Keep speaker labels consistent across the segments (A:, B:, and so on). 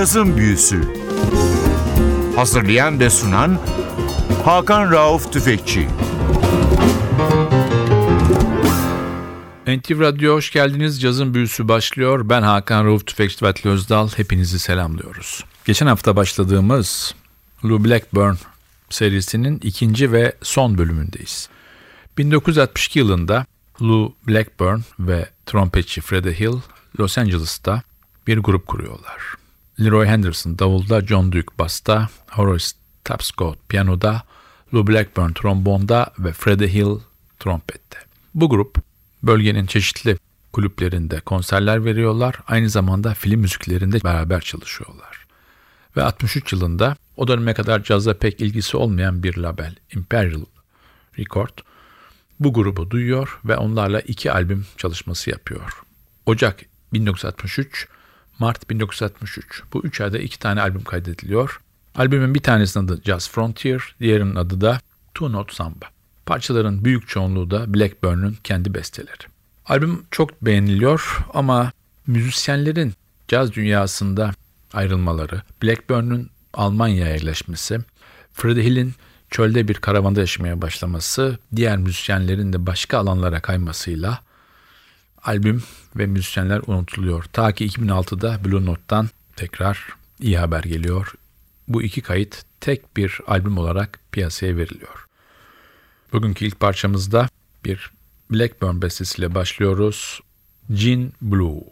A: Cazın Büyüsü. Hazırlayan ve sunan Hakan Rauf Tüfekçi.
B: NTV Radyo hoş geldiniz. Cazın Büyüsü başlıyor. Ben Hakan Rauf Tüfekçi ve Atli Özdal. Hepinizi selamlıyoruz. Geçen hafta başladığımız Lou Blackburn serisinin ikinci ve son bölümündeyiz. 1962 yılında Lou Blackburn ve trompetçi Freddie Hill Los Angeles'ta bir grup kuruyorlar. Leroy Henderson davulda, John Duke basta, Horace Tapscott piyanoda, Lou Blackburn trombonda ve Freddie Hill trompette. Bu grup bölgenin çeşitli kulüplerinde konserler veriyorlar. Aynı zamanda film müziklerinde beraber çalışıyorlar. Ve 63 yılında o döneme kadar cazla pek ilgisi olmayan bir label Imperial Record bu grubu duyuyor ve onlarla 2 albüm çalışması yapıyor. Ocak 1963, Mart 1963. Bu 3 ayda 2 tane albüm kaydediliyor. Albümün bir tanesinin adı Jazz Frontier, diğerinin adı da Two Note Samba. Parçaların büyük çoğunluğu da Blackburn'un kendi besteleri. Albüm çok beğeniliyor ama müzisyenlerin caz dünyasında ayrılmaları, Blackburn'un Almanya'ya yerleşmesi, Freddie Hill'in çölde bir karavanda yaşamaya başlaması, diğer müzisyenlerin de başka alanlara kaymasıyla albüm ve müzisyenler unutuluyor. Ta ki 2006'da Blue Note'dan tekrar iyi haber geliyor. Bu 2 kayıt tek bir albüm olarak piyasaya veriliyor. Bugünkü ilk parçamızda bir Blackburn bestesiyle başlıyoruz. Gin Blue.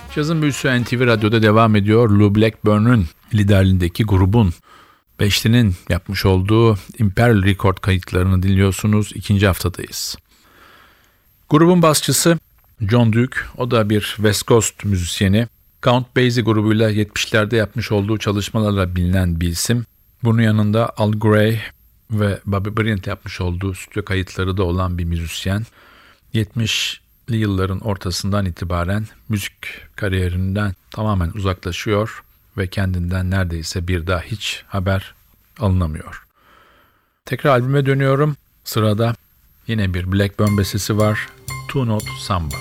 B: Cazın büyüsü NTV Radyo'da devam ediyor. Lou Blackburn'un liderliğindeki grubun beşlinin yapmış olduğu Imperial Record kayıtlarını dinliyorsunuz. 2. haftadayız. Grubun basçısı John Duke, o da bir West Coast müzisyeni. Count Basie grubuyla 70'lerde yapmış olduğu çalışmalarla bilinen bir isim. Bunun yanında Al Gray ve Bobby Bryant yapmış olduğu stüdyo kayıtları da olan bir müzisyen. 70'li yılların ortasından itibaren müzik kariyerinden tamamen uzaklaşıyor ve kendinden neredeyse bir daha hiç haber alınamıyor. Tekrar albüme dönüyorum. Sırada yine bir Blackburn bestesi var. Two Note Samba.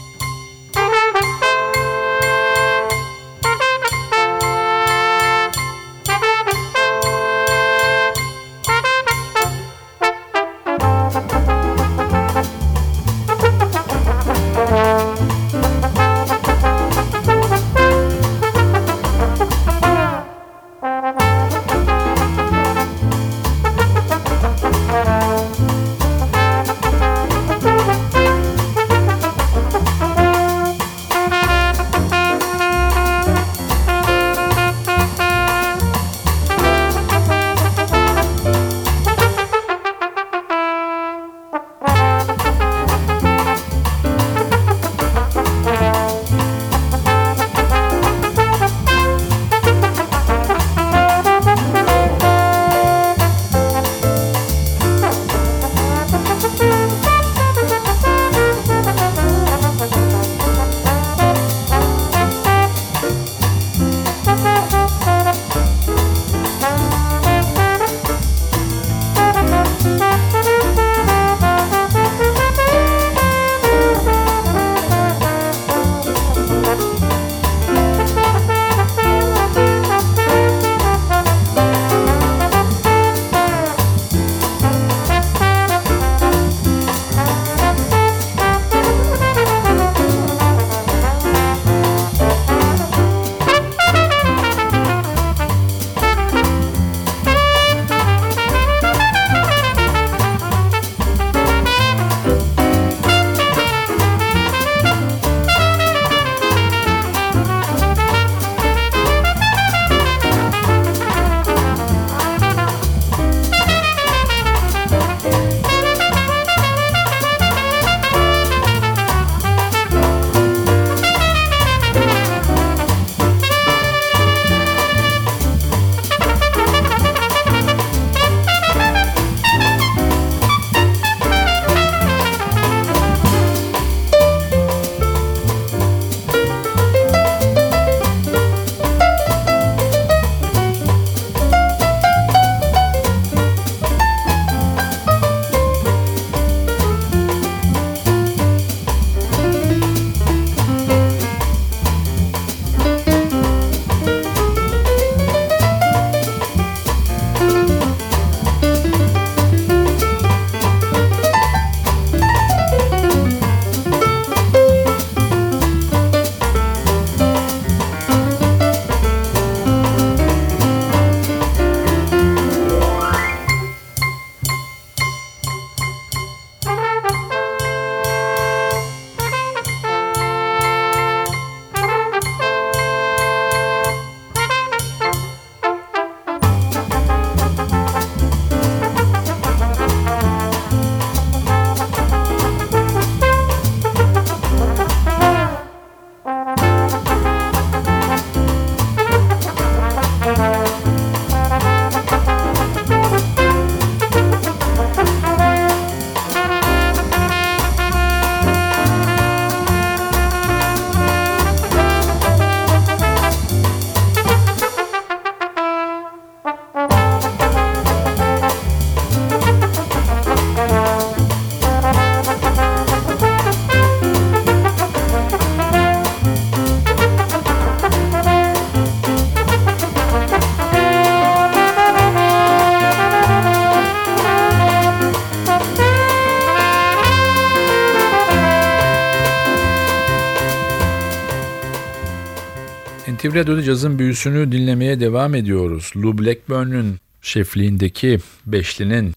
B: NTV Radyo'da cazın büyüsünü dinlemeye devam ediyoruz. Lou Blackburn'un şefliğindeki beşlinin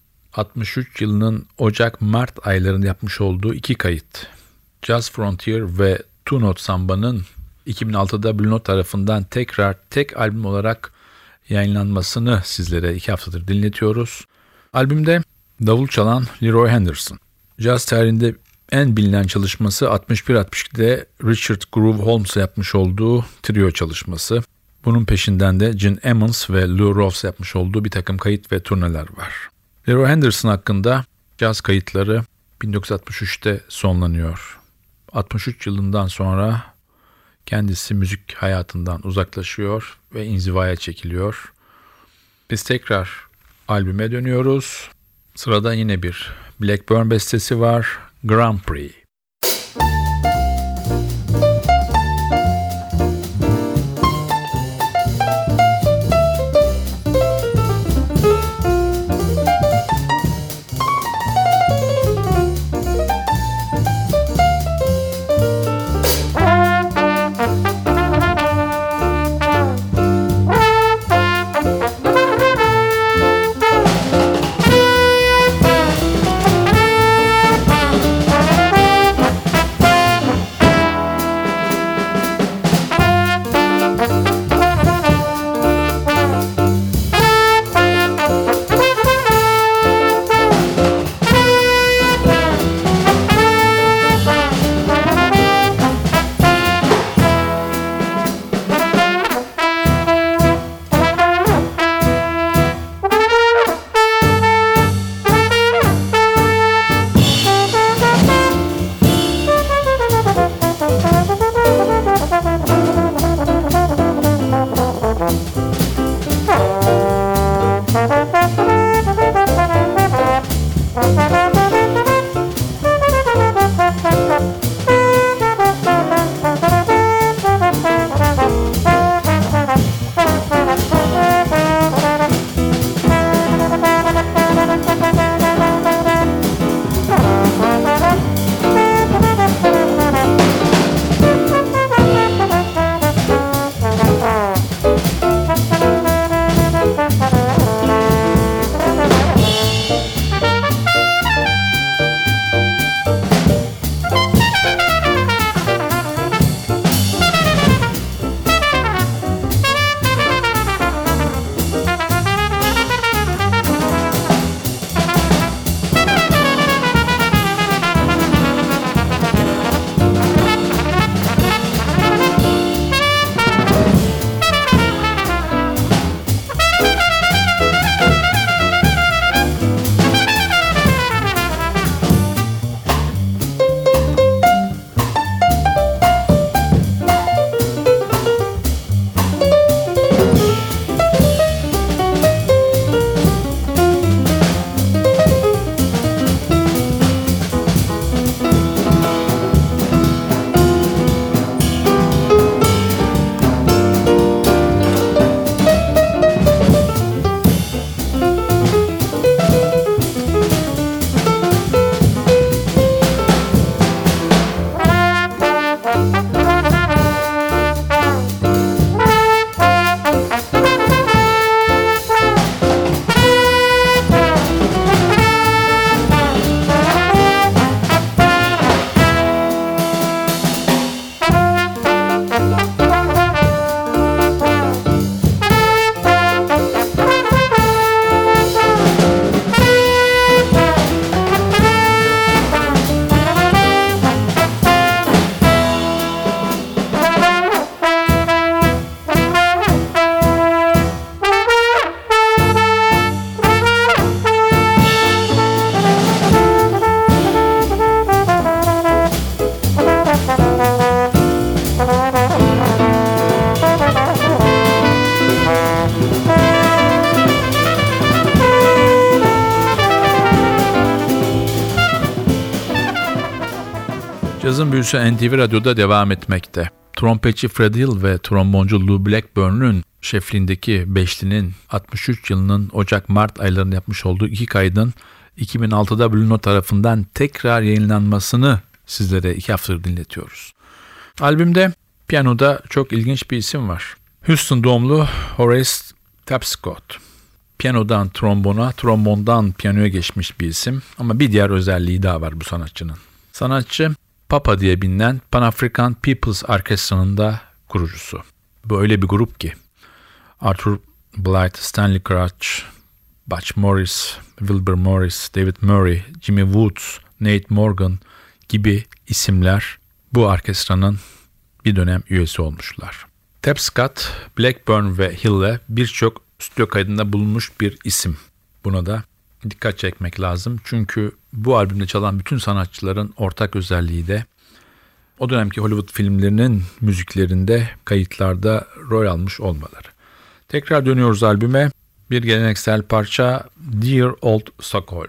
B: 63 yılının Ocak-Mart aylarında yapmış olduğu iki kayıt. Jazz Frontier ve Two Note Samba'nın 2006'da Blue Note tarafından tekrar tek albüm olarak yayınlanmasını sizlere 2 haftadır dinletiyoruz. Albümde davul çalan Leroy Henderson. Caz tarihinde en bilinen çalışması 61-62'de Richard Groove Holmes'la yapmış olduğu trio çalışması. Bunun peşinden de Gene Ammons ve Lou Rawls yapmış olduğu bir takım kayıt ve turneler var. Leroy Henderson hakkında caz kayıtları 1963'te sonlanıyor. 63 yılından sonra kendisi müzik hayatından uzaklaşıyor ve inzivaya çekiliyor. Biz tekrar albüme dönüyoruz. Sırada yine bir Blackburn bestesi var, Grand Prix. Cazın büyüsü NTV Radyo'da devam etmekte. Trompetçi Freddie Hill ve tromboncu Lou Blackburn'un şefliğindeki beşlinin 63 yılının Ocak-Mart aylarında yapmış olduğu 2 kaydın 2006'da Blue Note tarafından tekrar yayınlanmasını sizlere 2 haftadır dinletiyoruz. Albümde piyanoda çok ilginç bir isim var. Houston doğumlu Horace Tapscott. Piyanodan trombona, trombondan piyanoya geçmiş bir isim ama bir diğer özelliği daha var bu sanatçının. Sanatçı Papa diye bilinen Pan African People's Orchestra'nın da kurucusu. Böyle bir grup ki Arthur Blythe, Stanley Crouch, Butch Morris, Wilbur Morris, David Murray, Jimmy Woods, Nate Morgan gibi isimler bu orkestranın bir dönem üyesi olmuşlar. Tapscott, Blackburn ve Hill'le birçok stüdyo kaydında bulunmuş bir isim. Buna da dikkat çekmek lazım. Çünkü bu albümde çalan bütün sanatçıların ortak özelliği de o dönemki Hollywood filmlerinin müziklerinde, kayıtlarda rol almış olmaları. Tekrar dönüyoruz albüme. Bir geleneksel parça Dear Old Stockholm.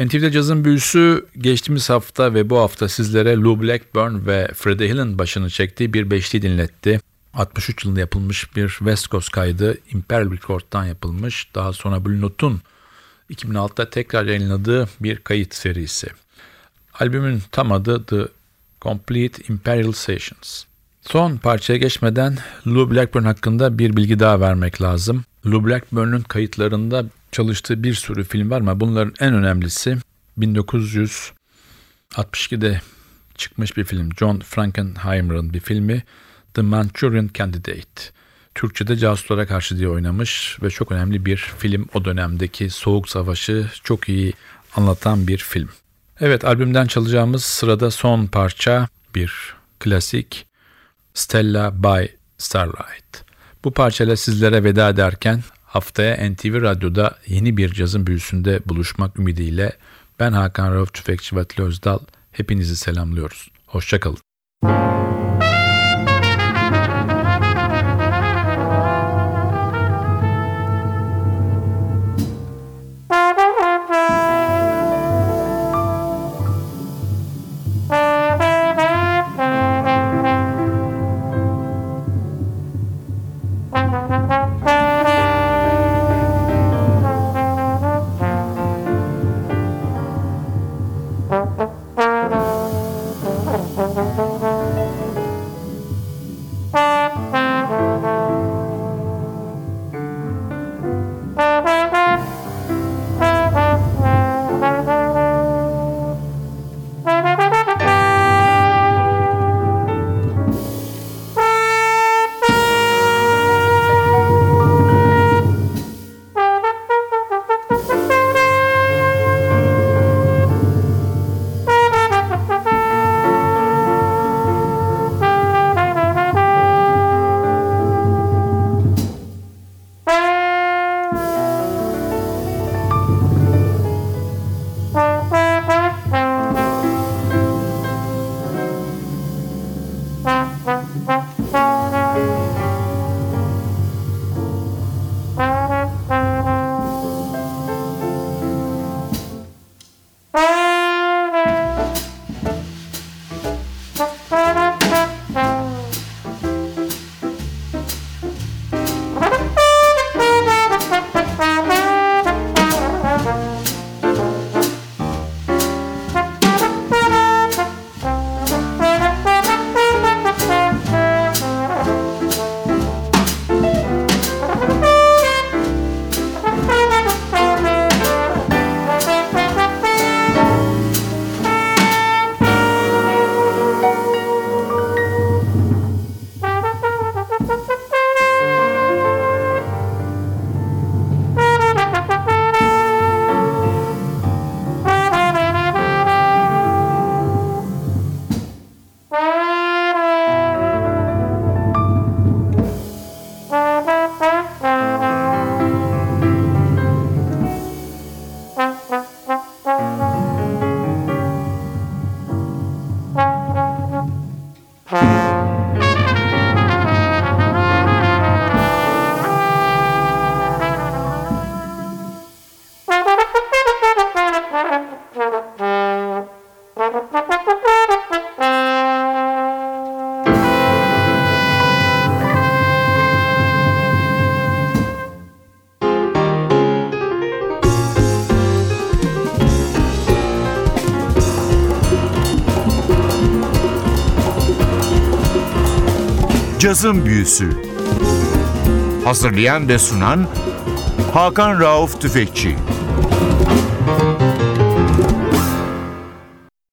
B: NTV'de cazın büyüsü geçtiğimiz hafta ve bu hafta sizlere Lou Blackburn ve Freddie Hill'in başını çektiği bir beşli dinletti. 63 yılında yapılmış bir West Coast kaydı, Imperial Record'dan yapılmış. Daha sonra Blue Note'un 2006'da tekrar yayınladığı bir kayıt serisi. Albümün tam adı The Complete Imperial Sessions. Son parçaya geçmeden Lou Blackburn hakkında bir bilgi daha vermek lazım. Lou Blackburn'un kayıtlarında çalıştığı bir sürü film var ama bunların en önemlisi 1962'de çıkmış bir film. John Frankenheimer'ın bir filmi The Manchurian Candidate. Türkçe'de casuslara karşı diye oynamış ve çok önemli bir film. O dönemdeki Soğuk Savaşı çok iyi anlatan bir film. Evet, albümden çalacağımız sırada son parça bir klasik, Stella by Starlight. Bu parçayla sizlere veda ederken haftaya NTV Radyo'da yeni bir cazın büyüsünde buluşmak ümidiyle ben Hakan Rauf Tüfekçi ve Atli Özdal hepinizi selamlıyoruz. Hoşça kalın.
A: Cazın Büyüsü. Hazırlayan ve sunan Hakan Rauf Tüfekçi.